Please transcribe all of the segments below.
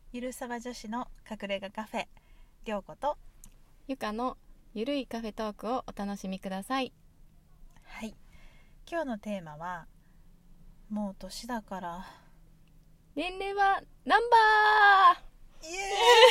ゆるさわ女子の隠れ家カフェ、りょうことゆかのゆるいカフェトークをお楽しみください。 はい、今日のテーマはもう年だから年齢はナンバイエーイ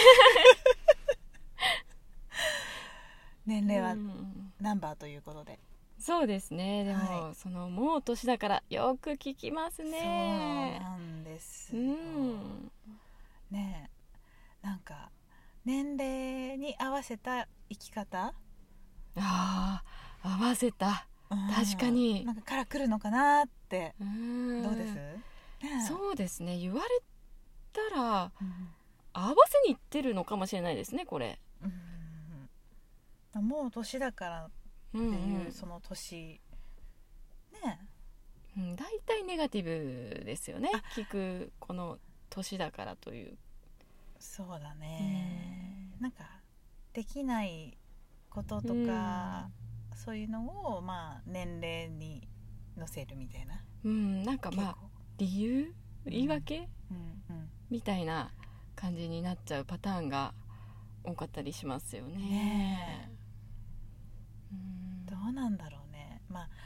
年齢はナンバーということで、 そうですね。でも、 はい、 そのもう年だからよく聞きますね。 そうなんですよ、ねえ、なんか年齢に合わせた生き方、 合わせた、確かになんかから来るのかなって。どうです？ そうですね。言われたら、合わせにいってるのかもしれないですね、これ。 もう年だからっていう、その年ね、 だいたいネガティブですよね、聞くこの年だからという。 そうだね、なんかできないこととか、そういうのをまあ年齢に乗せるみたいな、 なんかまあ理由、言い訳、みたいな感じになっちゃうパターンが多かったりしますよ ね。 どうなんだろうね。まあ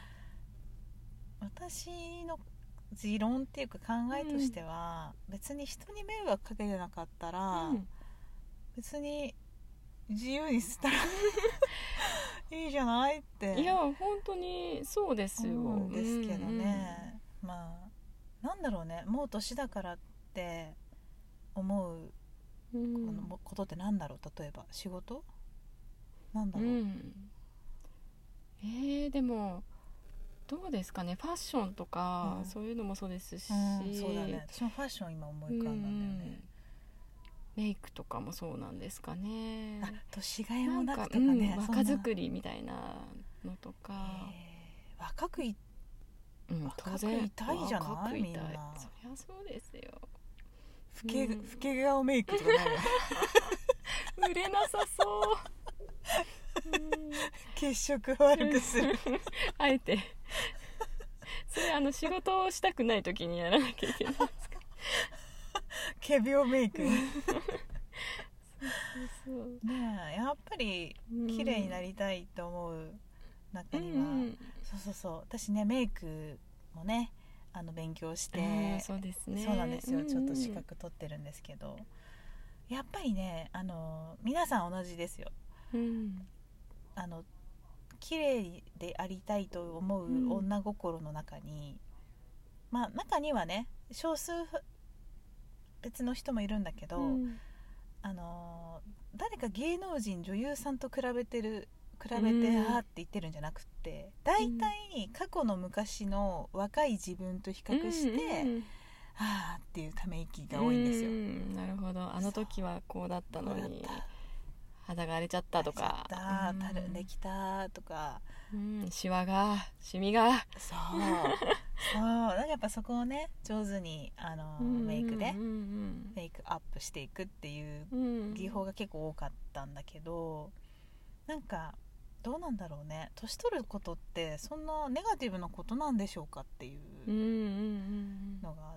私の持論っていうか考えとしては、別に人に迷惑かけてなかったら、別に自由にしたらいいじゃないって。 いや本当にそうですよ。 思うんですけどね、まあなんだろうね、もう年だからって思うこのことってなんだろう。例えば仕事なんだろう、 でもどうですかね。ファッションとか、そういうのもそうですし、 そうだね、私もファッション今思い浮かんだんだよね、 メイクとかもそうなんですかね。 年がいもなくとかね、 若作りみたいなのとか、 若くい当然たいじゃない、みんな。 そりゃそうですよ。 老け顔メイクとかない売れなさそう血色悪くするあえてそれ仕事をしたくない時にやらなきゃいけないですか仮病メイクそうねえ、やっぱり綺麗になりたいと思う中には、そう私ね、メイクもね勉強して、 そうですね、 そうなんですよ、ちょっと資格取ってるんですけど、やっぱりね皆さん同じですよ。綺麗でありたいと思う女心の中に、まあ中にはね少数別の人もいるんだけど、誰か芸能人女優さんと比べてあーって言ってるんじゃなくて、だいたい過去の昔の若い自分と比較して、あーっていうため息が多いんですよ。 なるほど。あの時はこうだったのに肌が荒れちゃったとか、 たるんできたとか、 シワがシミがそうだからやっぱそこをね上手にメイクでメイクアップしていくっていう技法が結構多かったんだけど、なんかどうなんだろうね、年取ることってそんなネガティブなことなんでしょうかっていうのがあって、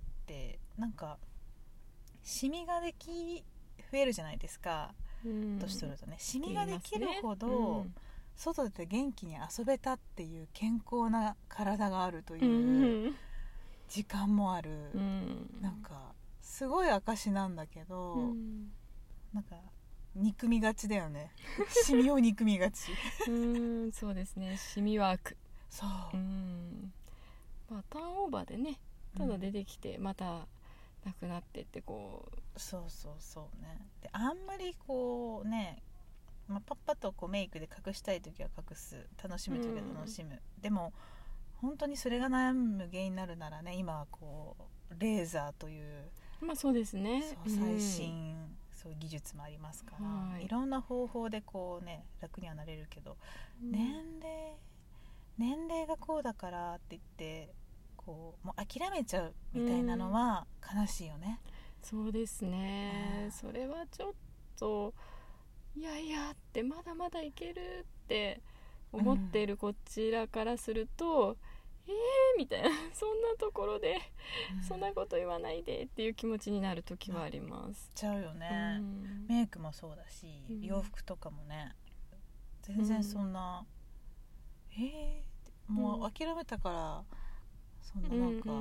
なんかシミが増えるじゃないですか、年取るとね。シミができるほど、外で元気に遊べたっていう健康な体があるという時間もある、なんかすごい証なんだけど、なんか憎みがちだよねシミを憎みがちそうですね、シミワーク。 そう、 まあ、ターンオーバーでね、ただ出てきてまたなくなってってこう、 そうね。であんまりこうね、パッパッとこうメイクで隠したい時は隠す、楽しむ時は楽しむ、でも本当にそれが悩む原因になるならね、今はこうレーザーという、 そうですね、 最新、そういう技術もありますから、いろんな方法でこうね楽にはなれるけど、年齢がこうだからって言ってこうもう諦めちゃうみたいなのは悲しいよね。 そうですね、それはちょっといやってまだまだいけるって思っているこちらからすると、 みたいなそんなところで、そんなこと言わないでっていう気持ちになる時はあります。 ちゃうよね、メイクもそうだし、洋服とかもね全然そんな、もう諦めたからそんななんか、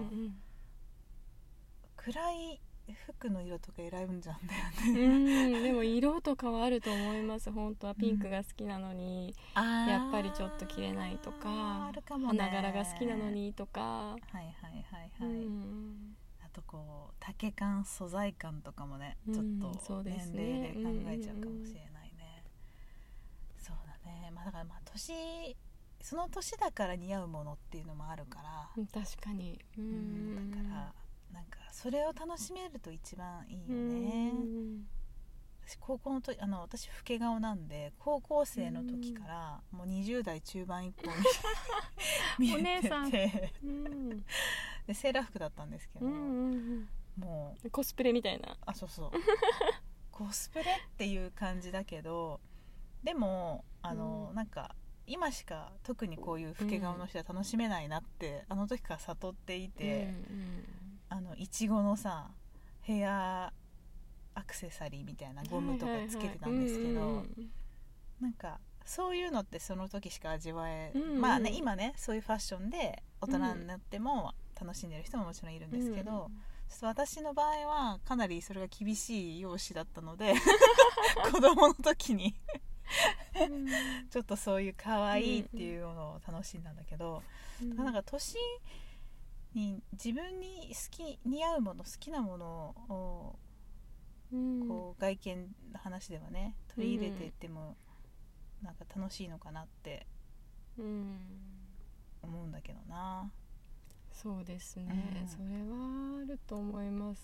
暗い服の色とか選ぶんじゃんだよねでも色とかはあると思います。本当はピンクが好きなのに、やっぱりちょっと着れないとか、花柄が好きなのにとか、 はいはいはいはい、あとこう丈感素材感とかもねちょっと年齢で考えちゃうかもしれないね、そうだね、だからその年だから似合うものっていうのもあるから、 確かに、 だからなんかそれを楽しめると一番いいよね。私高校の時私老け顔なんで、高校生の時からもう20代中盤以降に見えてて、お姉さんでセーラー服だったんですけど、もうコスプレみたいな、 そうそうコスプレっていう感じだけど、でもなんか今しか特にこういう老け顔の人は楽しめないなってあの時から悟っていて、いちごのさヘアアクセサリーみたいなゴムとかつけてたんですけど、なんかそういうのってその時しか味わえ、今ねそういうファッションで大人になっても楽しんでる人ももちろんいるんですけど、私の場合はかなりそれが厳しい容姿だったので子供の時にちょっとそういう可愛いっていうのを楽しんだんだけど、なんか年に自分に似合うもの好きなものをこう外見の話ではね取り入れていってもなんか楽しいのかなって思うんだけどな。 そうですね、それはあると思います。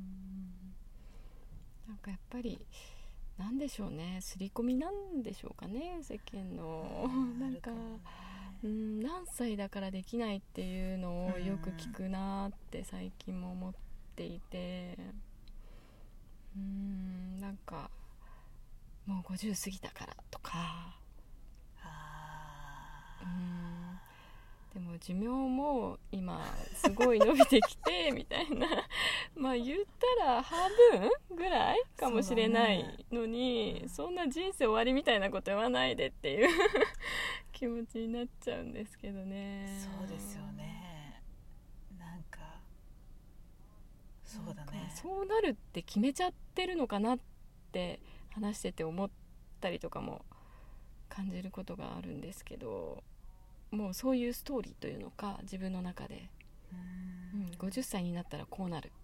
なんかやっぱりなんでしょうね、刷り込みなんでしょうかね、世間のなんか、何歳だからできないっていうのをよく聞くなって最近も思っていて、なんかもう50過ぎたからとか、でも寿命も今すごい伸びてきてみたいな言ったら半分ぐらいかもしれないのに そんな人生終わりみたいなこと言わないでっていう気持ちになっちゃうんですけどね。 そうですよね、なんかそうだね、 そうなるって決めちゃってるのかなって話してて思ったりとかも感じることがあるんですけど、もうそういうストーリーというのか自分の中で、50歳になったらこうなる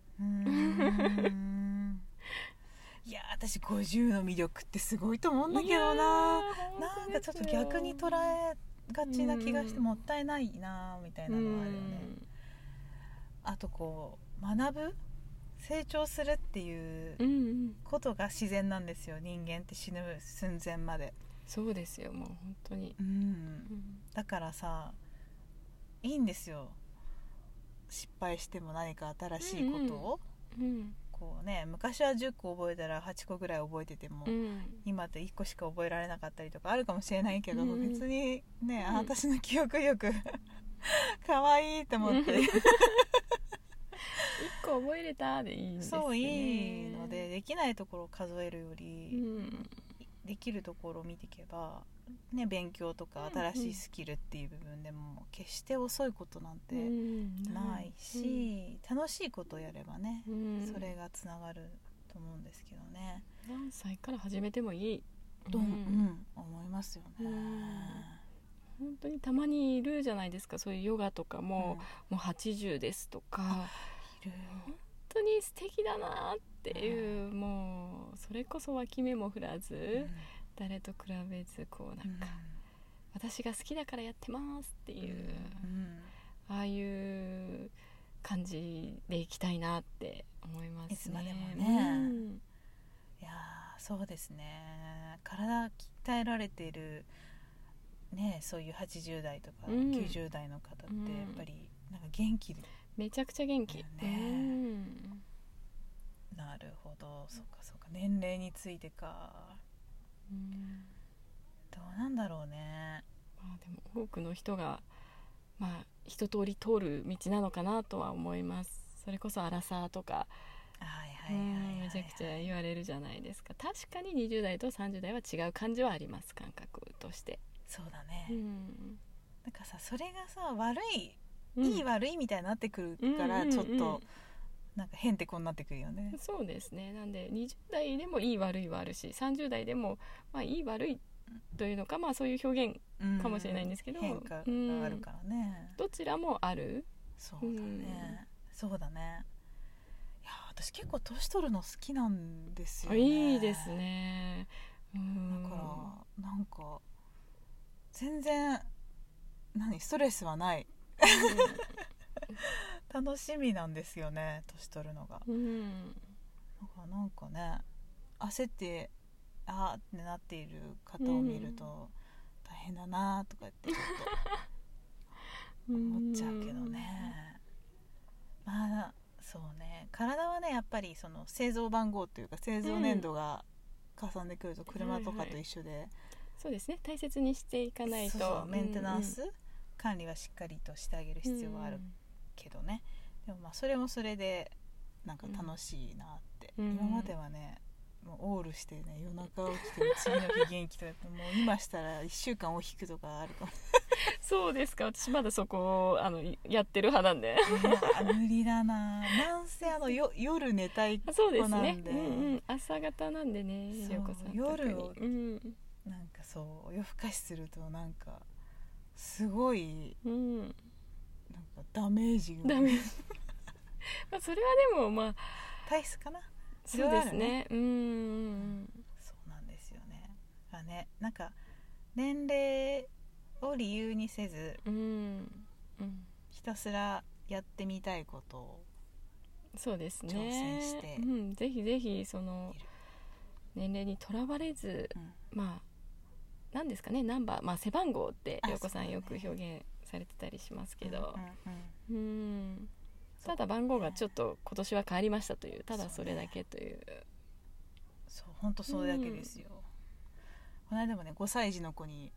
いや私50の魅力ってすごいと思うんだけどな、なんかちょっと逆に捉えがちな気がしてもったいないなみたいなのがあるよね。あとこう学ぶ成長するっていうことが自然なんですよ、人間って死ぬ寸前まで。 そうですよ、もう本当に、 だからさいいんですよ、失敗しても何か新しいことを、こうね、昔は10個覚えたら8個ぐらい覚えてても、今って1個しか覚えられなかったりとかあるかもしれないけど、別にね、私の記憶力可愛いと思って1 個覚えれたでいいんですよね。 そういいので、できないところを数えるより、できるところを見ていけば、ね、勉強とか新しいスキルっていう部分でも決して遅いことなんてないし、楽しいことをやればね、それがつながると思うんですけどね。 何歳から始めてもいいと、思いますよね。 本当にたまにいるじゃないですか、そういうヨガとかも、もう80ですとか、 いる、 本当に素敵だなっていう、もうそれこそ脇目も振らず、誰と比べずこうなんか、私が好きだからやってますっていう、ああいう感じでいきたいなって思いますね。いつまでもね、 いやそうですね、体鍛えられているね、そういう80代とか90代の方ってやっぱりなんか元気で、 めちゃくちゃ元気ね。 なるほど、そうかそうか、年齢についてか、どうなんだろうね。 でも多くの人が一通り通る道なのかなとは思います。それこそアラサーとかめちゃくちゃ言われるじゃないですか。確かに20代と30代は違う感じはあります、感覚として。 そうだね、なんかさ、それがさいい悪いみたいになってくるから、ちょっとなんか変ってこうになってくるよね。 そうですね。なんで20代でもいい悪いはあるし、30代でもいい悪いというのか、そういう表現かもしれないんですけど、 変化があるからね、 どちらもある。 そうだね、そうだね。いや私結構年取るの好きなんですよね。 いいですね。 だからなんか全然ストレスはない楽しみなんですよね、年取るのが。なんかね、焦ってってなっている方を見ると、大変だなとかってちょっと思っちゃうけどね。そうね、体はねやっぱりその製造番号というか製造年度が重んでくると、車とかと一緒で、 そうですね、大切にしていかないと。 そうメンテナンス、管理はしっかりとしてあげる必要はあるけどね、でもそれもそれでなんか楽しいなって、今まではねもうオールしてね、夜中起きて次の日元気とかもう今したら1週間を引くとかあるかもそうですか。私まだそこをやってる派なんで無理だな。なんせ夜寝たい子なんで。 そうですね、朝方なんでね、陽子さん夜を、なんかそう夜更かしするとなんかすごい、なんかダメージがそれはでも体質かな。 そうですね。 そうなんですよね。なんか年齢を理由にせず、ひたすらやってみたいことをそうですね、 挑戦して、 ぜひぜひその年齢にとらわれず、何ですかね、ナンバー、背番号って陽子さんよく表現されてたりしますけど、ただ番号がちょっと今年は変わりましたという、ただそれだけという、 そう本当それだけですよ。この間もね5歳児の子に、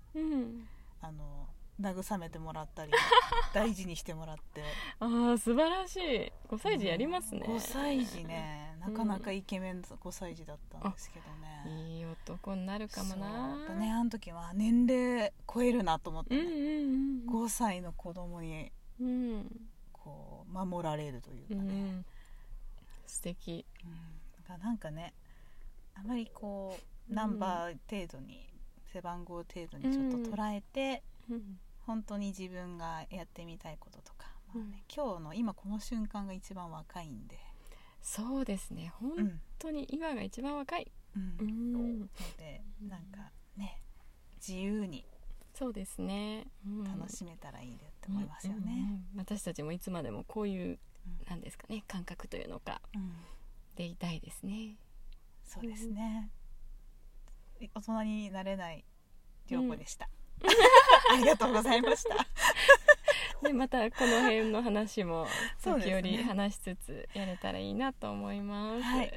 慰めてもらったり大事にしてもらって素晴らしい。5歳児やりますね。 5歳児ね、なかなかイケメン5歳児だったんですけどね、 いい男になるかもな。 そうね、あの時は年齢超えるなと思ってね、5歳の子供にこう守られるというかね、 素敵、 なんかね、あまりこうナンバー程度に、背番号程度にちょっと捉えて、本当に自分がやってみたいこととか、今日の今この瞬間が一番若いんで。 そうですね、本当に今が一番若い、 のでなんかね、自由にそうですね、 楽しめたらいいと思いますよね、 私たちもいつまでもこういう、なんですかね、感覚というのか、でいたいですね。 そうですね、大人になれない涼子でした、ありがとうございましたでまたこの辺の話も時折話しつつやれたらいいなと思います。はい、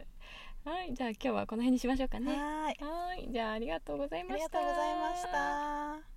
じゃあ今日はこの辺にしましょうかね。はい、じゃあありがとうございました。 ありがとうございました。